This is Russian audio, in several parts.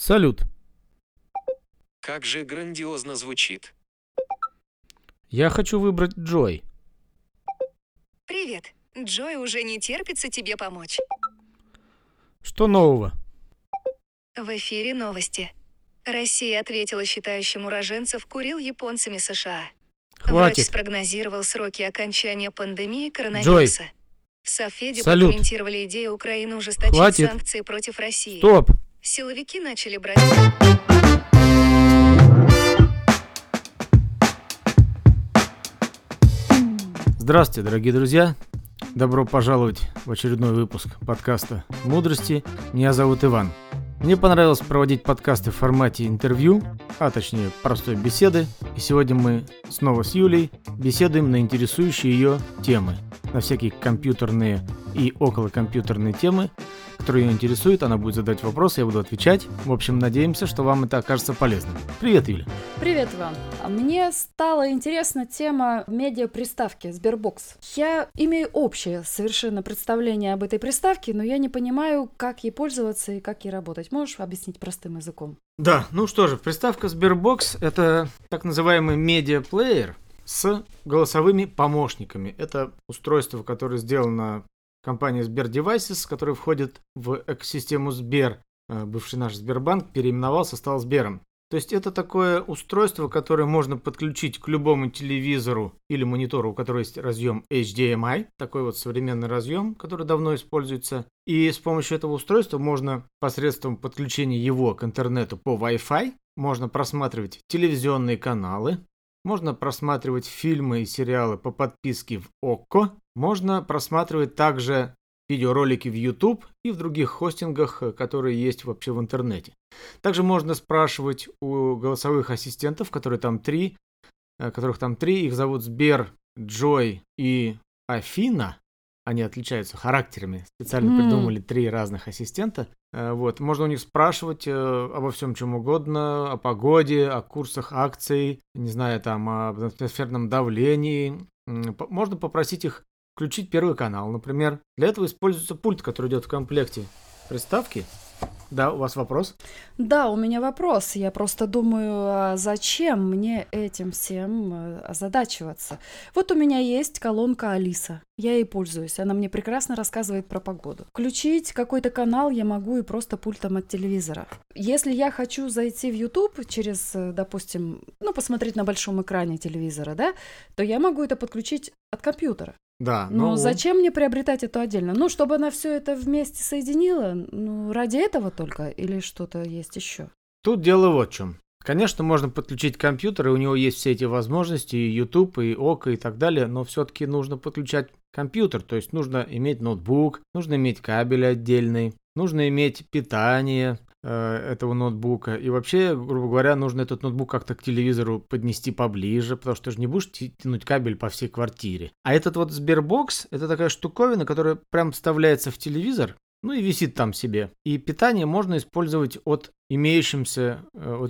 Салют, Как же грандиозно звучит. я хочу выбрать Джой. Привет. Джой уже не терпится тебе помочь. Что нового? В эфире новости. Россия ответила считающим уроженцев Курил японцами США. Врач Хватит. спрогнозировал сроки окончания пандемии коронавируса. В Совфеде Салют. прокомментировали идею Украины ужесточить Хватит. санкции против России. Стоп. Силовики начали брать... Здравствуйте, дорогие друзья. Добро пожаловать в очередной выпуск подкаста «Мудрости». Меня зовут Иван. Мне понравилось проводить подкасты в формате интервью, а точнее простой беседы. И сегодня мы снова с Юлей беседуем на интересующие ее темы. На всякие компьютерные и околокомпьютерные темы, которые ее интересуют. Она будет задавать вопросы, я буду отвечать. В общем, надеемся, что вам это окажется полезным. Привет, Юля. Привет, Иван. Мне стала интересна тема медиаприставки Sberbox. Я имею общее совершенно представление об этой приставке, но я не понимаю, как ей пользоваться и как ей работать. Можешь объяснить простым языком? Да, ну что же, приставка Sberbox — это так называемый медиаплеер с голосовыми помощниками. Это устройство, которое сделано компанией Sber Devices, которое входит в экосистему Сбер. Бывший наш Сбербанк переименовался, стал Сбером. То есть это такое устройство, которое можно подключить к любому телевизору или монитору, у которого есть разъем HDMI, такой вот современный разъем, который давно используется. И с помощью этого устройства можно посредством подключения его к интернету по Wi-Fi, можно просматривать телевизионные каналы, можно просматривать фильмы и сериалы по подписке в ОККО, можно просматривать также видеоролики в YouTube и в других хостингах, которые есть вообще в интернете. Также можно спрашивать у голосовых ассистентов, которых там три, их зовут Сбер, Джой и Афина. Они отличаются характерами. Специально придумали три разных ассистента. Вот. Можно у них спрашивать обо всем чем угодно, о погоде, о курсах акций, не знаю, там, об атмосферном давлении. Можно попросить их включить первый канал, например. Для этого используется пульт, который идет в комплекте приставки. Да, у вас вопрос? Да, у меня вопрос. Я просто думаю, а зачем мне этим всем озадачиваться? Вот у меня есть колонка Алиса. Я ей пользуюсь. Она мне прекрасно рассказывает про погоду. Включить какой-то канал я могу и просто пультом от телевизора. Если я хочу зайти в YouTube через, допустим, посмотреть на большом экране телевизора, да, то я могу это подключить от компьютера. Да. Но зачем мне приобретать это отдельно? Чтобы она все это вместе соединила? Ради этого только? Или что-то есть еще? Тут дело вот в чем. Конечно, можно подключить компьютер, и у него есть все эти возможности, и YouTube, и ОКО, и так далее, но все-таки нужно подключать компьютер, то есть нужно иметь ноутбук, нужно иметь кабель отдельный, нужно иметь питание этого ноутбука, и вообще, грубо говоря, нужно этот ноутбук как-то к телевизору поднести поближе, потому что ты же не будешь тянуть кабель по всей квартире. А этот вот Sberbox, это такая штуковина, которая прям вставляется в телевизор, и висит там себе. И питание можно использовать от имеющимся в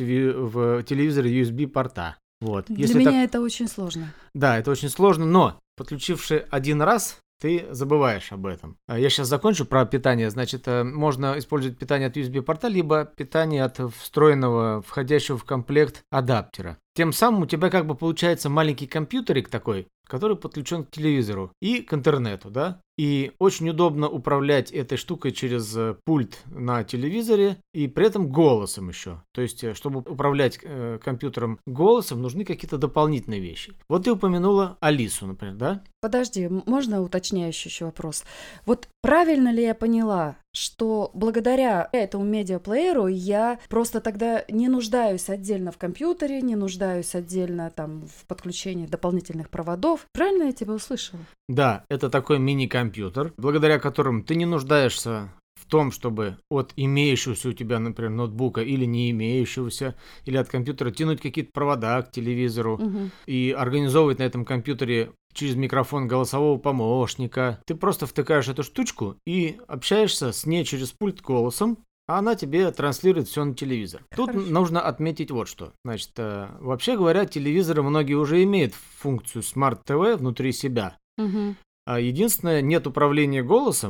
телевизоре USB-порта. Вот. Для меня это очень сложно. Да, это очень сложно, но подключивши один раз, ты забываешь об этом. Я сейчас закончу про питание. Значит, можно использовать питание от USB-порта, либо питание от встроенного, входящего в комплект адаптера. Тем самым у тебя как бы получается маленький компьютерик такой, который подключен к телевизору и к интернету, да? И очень удобно управлять этой штукой через пульт на телевизоре и при этом голосом еще. То есть, чтобы управлять компьютером голосом, нужны какие-то дополнительные вещи. Вот ты упомянула Алису, например, да? Подожди, можно уточняющий еще вопрос? Вот правильно ли я поняла, что благодаря этому медиаплееру я просто тогда не нуждаюсь отдельно в компьютере, не нуждаюсь отдельно в подключении дополнительных проводов? Правильно я тебя услышала? Да, это такой мини-компьютер, благодаря которому ты не нуждаешься в том, чтобы от имеющегося у тебя, например, ноутбука или не имеющегося, или от компьютера тянуть какие-то провода к телевизору и организовывать на этом компьютере через микрофон голосового помощника. Ты просто втыкаешь эту штучку и общаешься с ней через пульт голосом, а она тебе транслирует все на телевизор. Тут нужно отметить вот что. Значит, вообще говоря, телевизоры многие уже имеют функцию Smart TV внутри себя. Единственное, нет управления голосом,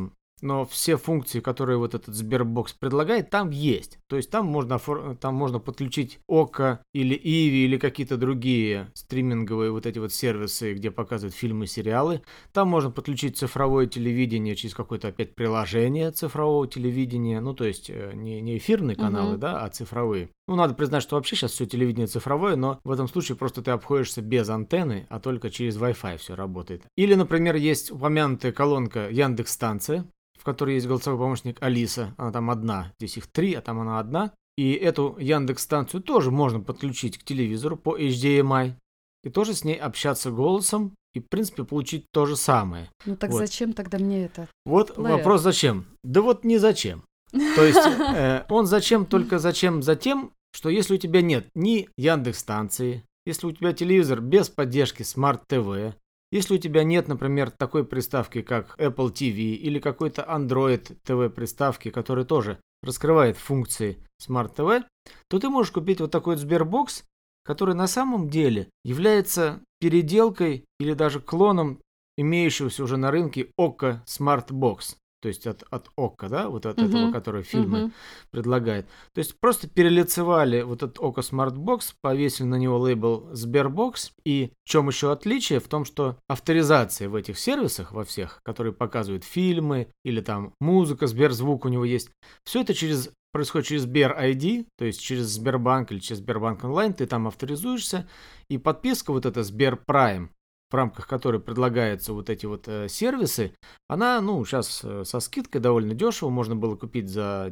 но все функции, которые вот этот Sberbox предлагает, там есть. То есть там можно подключить Око или Иви или какие-то другие стриминговые вот эти вот сервисы, где показывают фильмы, сериалы. Там можно подключить цифровое телевидение через какое-то опять приложение цифрового телевидения. Ну, то есть не эфирные каналы, да, а цифровые. Ну, надо признать, что вообще сейчас все телевидение цифровое, но в этом случае просто ты обходишься без антенны, а только через Wi-Fi все работает. Или, например, есть упомянутая колонка Яндекс.Станция, в которой есть голосовой помощник Алиса. Она там одна. Здесь их 3, а там она одна. И эту Яндекс.Станцию тоже можно подключить к телевизору по HDMI и тоже с ней общаться голосом и, в принципе, получить то же самое. Ну так вот. Зачем тогда мне это? Вот плеер. Вопрос зачем? Да вот не зачем. То есть он зачем только зачем за тем, что если у тебя нет ни Яндекс.Станции, если у тебя телевизор без поддержки Smart TV, если у тебя нет, например, такой приставки, как Apple TV или какой-то Android TV приставки, которая тоже раскрывает функции Smart TV, то ты можешь купить вот такой Sberbox, который на самом деле является переделкой или даже клоном имеющегося уже на рынке Око Smart Box. То есть от Око, да, вот от этого, который фильмы предлагает. То есть просто перелицевали вот этот Око Smart Box, повесили на него лейбл Sberbox. И в чем еще отличие? В том, что авторизация в этих сервисах, во всех, которые показывают фильмы, или там музыка, Сберзвук у него есть, все это происходит через Сбер ID, то есть через Сбербанк или через Сбербанк онлайн, ты там авторизуешься, и подписка вот эта Сбер Prime, в рамках которой предлагаются вот эти вот сервисы, она, сейчас со скидкой довольно дешево, можно было купить за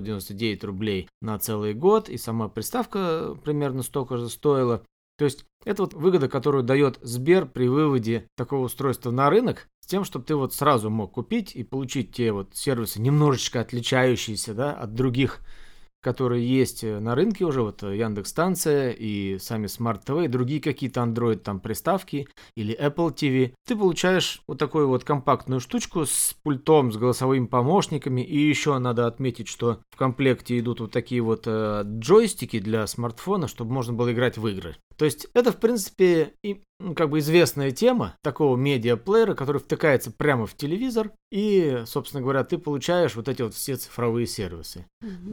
999 рублей на целый год, и сама приставка примерно столько же стоила. То есть это вот выгода, которую дает Сбер при выводе такого устройства на рынок, с тем, чтобы ты вот сразу мог купить и получить те вот сервисы, немножечко отличающиеся, да, от других, которые есть на рынке уже, вот Яндекс.Станция и сами Smart TV, и другие какие-то Android там приставки или Apple TV. Ты получаешь вот такую вот компактную штучку с пультом, с голосовыми помощниками, и еще надо отметить, что в комплекте идут вот такие вот джойстики для смартфона, чтобы можно было играть в игры. То есть это, в принципе, известная тема такого медиаплеера, который втыкается прямо в телевизор, и, собственно говоря, ты получаешь вот эти вот все цифровые сервисы.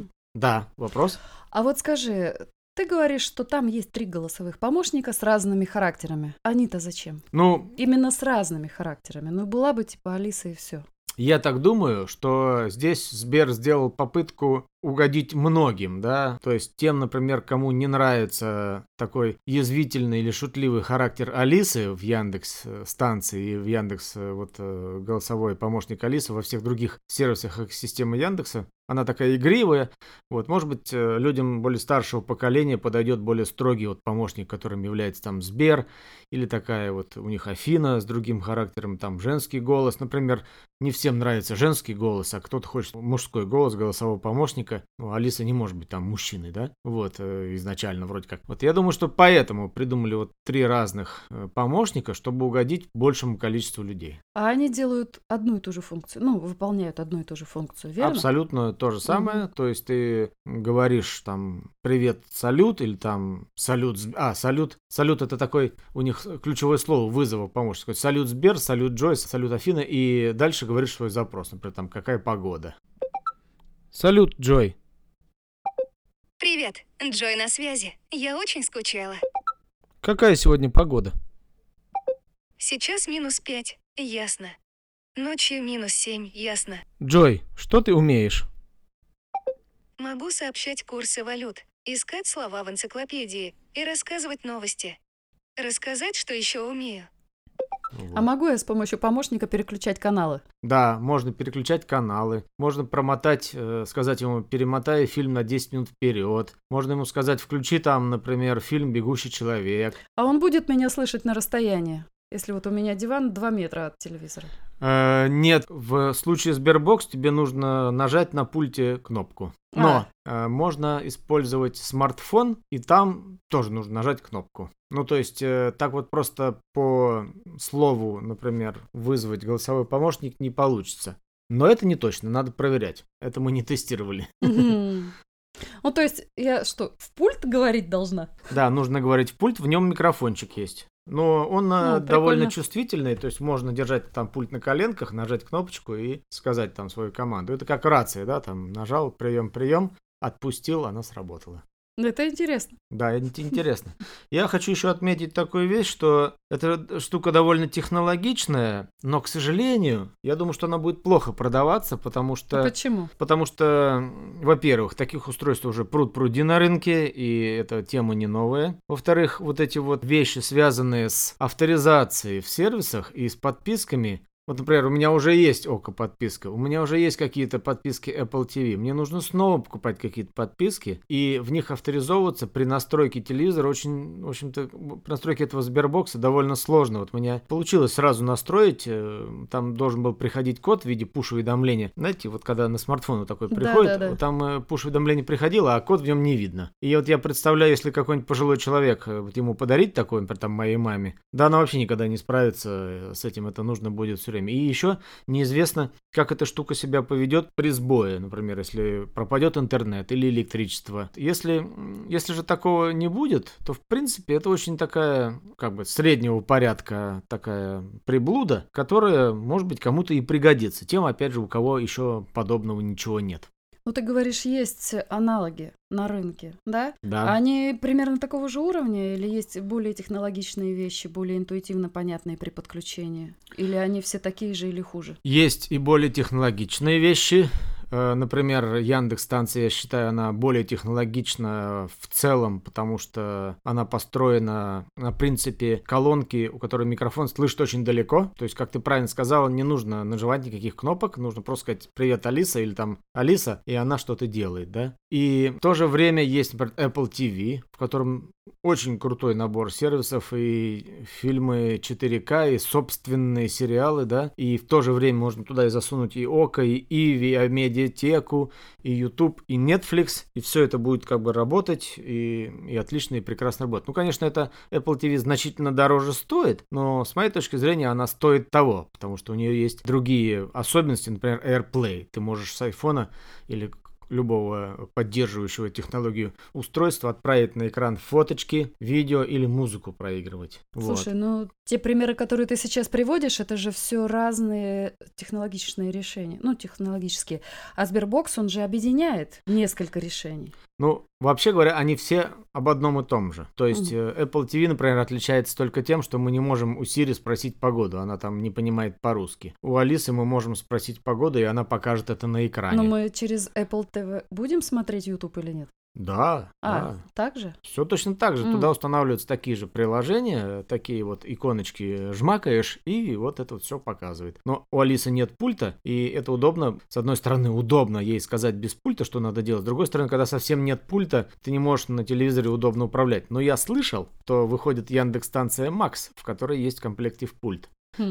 Да, вопрос? А вот скажи, ты говоришь, что там есть 3 голосовых помощника с разными характерами. Они-то зачем? Именно с разными характерами. Была бы типа Алиса и все. Я так думаю, что здесь Сбер сделал попытку угодить многим, да, то есть тем, например, кому не нравится такой язвительный или шутливый характер Алисы в Яндекс.Станции и в Яндекс голосовой помощник Алисы во всех других сервисах системы Яндекса. Она такая игривая. Вот, может быть, людям более старшего поколения подойдет более строгий вот помощник, которым является там Сбер, или такая вот у них Афина с другим характером, там женский голос. Например, не всем нравится женский голос, а кто-то хочет мужской голос голосового помощника. Алиса не может быть там мужчиной, да? Вот, изначально вроде как. Вот я думаю, что поэтому придумали вот 3 разных помощника, чтобы угодить большему количеству людей. А они делают одну и ту же функцию, выполняют одну и ту же функцию, верно? Абсолютно то же самое. То есть ты говоришь там привет, салют, или там салют. Салют это такой у них ключевое слово вызова помощника. Салют Сбер, салют Джой, салют Афина, и дальше говоришь свой запрос, например, там какая погода. Салют, Джой. Привет, Джой на связи. Я очень скучала. Какая сегодня погода? Сейчас -5, ясно. Ночью -7, ясно. Джой, что ты умеешь? Могу сообщать курсы валют, искать слова в энциклопедии и рассказывать новости. Рассказать, что еще умею. Вот. А могу я с помощью помощника переключать каналы? Да, можно переключать каналы. Можно промотать, сказать ему, перемотай фильм на 10 минут вперед. Можно ему сказать, включи там, например, фильм «Бегущий человек». А он будет меня слышать на расстоянии, если вот у меня диван 2 метра от телевизора? Нет, в случае Sberbox тебе нужно нажать на пульте кнопку. Но можно использовать смартфон, и там тоже нужно нажать кнопку. То есть так вот просто по слову, например, вызвать голосовой помощник не получится. Но это не точно, надо проверять. Это мы не тестировали. То есть я что, в пульт говорить должна? Да, нужно говорить в пульт, в нем микрофончик есть. Но он Ну, довольно прикольно. чувствительный, то есть можно держать там пульт на коленках, нажать кнопочку и сказать там свою команду. Это как рация, да, там нажал, прием, отпустил, она сработала. Это интересно. Да, это интересно. Я хочу еще отметить такую вещь, что эта штука довольно технологичная, но, к сожалению, я думаю, что она будет плохо продаваться, потому А что, почему? во-первых, таких устройств уже пруд-пруди на рынке, и эта тема не новая. Во-вторых, вот эти вот вещи, связанные с авторизацией в сервисах и с подписками. Вот, например, у меня уже есть ОКО подписка, у меня уже есть какие-то подписки Apple TV. Мне нужно снова покупать какие-то подписки и в них авторизовываться при настройке телевизора. Очень, в общем-то, при настройке этого Сбербокса довольно сложно. Вот у меня получилось сразу настроить, там должен был приходить код в виде пуш-уведомления. Знаете, вот когда на смартфон вот такой приходит, Да-да-да. вот там пуш-уведомление приходило, а код в нем не видно. И вот я представляю, если какой-нибудь пожилой человек, вот ему подарить такой, например, там моей маме, да она вообще никогда не справится с этим, это нужно будет все время. И еще неизвестно, как эта штука себя поведет при сбое, например, если пропадет интернет или электричество. Если же такого не будет, то в принципе это очень такая, как бы, среднего порядка такая приблуда, которая, может быть, кому-то и пригодится. Тем, опять же, у кого еще подобного ничего нет. Ну, ты говоришь, есть аналоги на рынке, да? Да. Они примерно такого же уровня или есть более технологичные вещи, более интуитивно понятные при подключении? Или они все такие же или хуже? Есть и более технологичные вещи. Например, Яндекс-станция, я считаю, она более технологична в целом, потому что она построена на принципе колонки, у которой микрофон слышит очень далеко. То есть, как ты правильно сказала, не нужно нажимать никаких кнопок, нужно просто сказать «Привет, Алиса» или там «Алиса», и она что-то делает, да? И в то же время есть, например, Apple TV, в котором очень крутой набор сервисов и фильмы 4К, и собственные сериалы, да, и в то же время можно туда и засунуть и ОКО, и Иви, и Медиатеку, и YouTube, и Netflix, и все это будет как бы работать, и отлично, и прекрасно работать. Ну, конечно, это Apple TV значительно дороже стоит, но с моей точки зрения она стоит того, потому что у нее есть другие особенности, например, AirPlay. Ты можешь с айфона или любого поддерживающего технологию устройства отправить на экран фоточки, видео или музыку проигрывать. Слушай, ну те примеры, которые ты сейчас приводишь, это же все разные технологичные решения, ну технологические. А Sberbox, он же объединяет несколько решений. Ну, вообще говоря, они все об одном и том же. То есть Apple TV, например, отличается только тем, что мы не можем у Siri спросить погоду, она там не понимает по-русски. У Алисы мы можем спросить погоду, и она покажет это на экране. Но мы через Apple TV будем смотреть YouTube или нет? Да, да. Так же? Все точно так же. Туда устанавливаются такие же приложения, такие вот иконочки жмакаешь, и вот это вот все показывает. Но у Алисы нет пульта, и это удобно. С одной стороны, удобно ей сказать без пульта, что надо делать. С другой стороны, когда совсем нет пульта, ты не можешь на телевизоре удобно управлять. Но я слышал, что выходит Яндекс-станция Макс, в которой есть в комплекте пульт.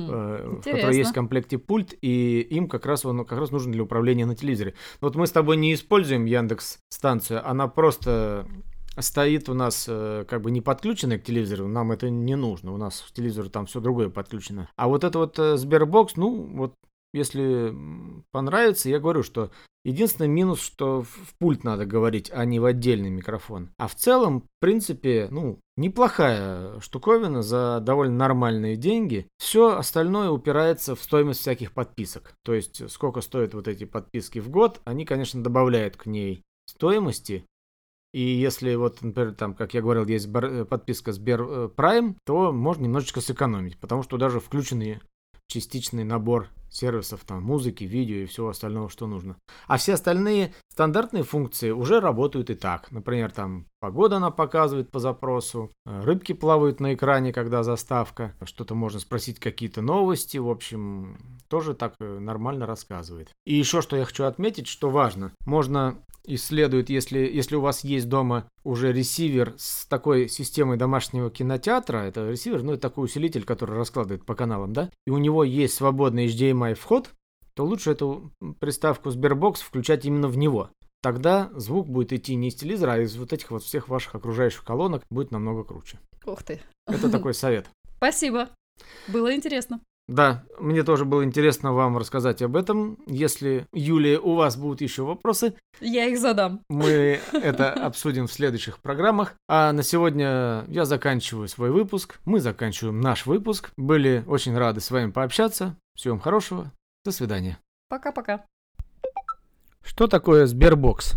В которой есть в комплекте пульт, и им как раз нужен для управления на телевизоре. Но вот мы с тобой не используем Яндекс-станцию, она просто стоит у нас как бы не подключенная к телевизору, нам это не нужно, у нас в телевизоре там все другое подключено. А вот это вот Sberbox, ну вот если понравится, я говорю, что единственный минус, что в пульт надо говорить, а не в отдельный микрофон. А в целом, в принципе, ну, неплохая штуковина за довольно нормальные деньги. Все остальное упирается в стоимость всяких подписок. То есть, сколько стоят вот эти подписки в год, они, конечно, добавляют к ней стоимости. И если вот, например, там, как я говорил, есть подписка Сбер Prime, то можно немножечко сэкономить, потому что даже включенный частичный набор сервисов, там, музыки, видео и всего остального, что нужно. А все остальные стандартные функции уже работают и так. Например, там, погода она показывает по запросу, рыбки плавают на экране, когда заставка, что-то можно спросить, какие-то новости, в общем, тоже так нормально рассказывает. И еще, что я хочу отметить, что важно, можно исследовать, если у вас есть дома уже ресивер с такой системой домашнего кинотеатра, это ресивер, ну, это такой усилитель, который раскладывает по каналам, да, и у него есть свободный HDMI вход, то лучше эту приставку Sberbox включать именно в него. Тогда звук будет идти не из телевизора, а из вот этих вот всех ваших окружающих колонок, будет намного круче. Ух ты. Это такой совет. Спасибо. Было интересно. Да, мне тоже было интересно вам рассказать об этом. Если, Юлия, у вас будут еще вопросы, Я их задам. мы это обсудим в следующих программах. А на сегодня я заканчиваю свой выпуск. Мы заканчиваем наш выпуск. Были очень рады с вами пообщаться. Всего вам хорошего. До свидания. Пока-пока. Что такое Sberbox?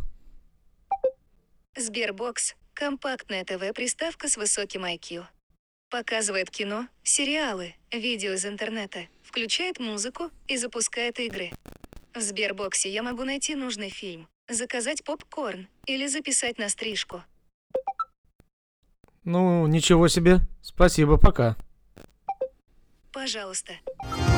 Sberbox – компактная ТВ-приставка с высоким IQ. Показывает кино, сериалы, видео из интернета, включает музыку и запускает игры. В Сбербоксе я могу найти нужный фильм, заказать попкорн или записать на стрижку. Ну, ничего себе. Спасибо, пока. Пожалуйста.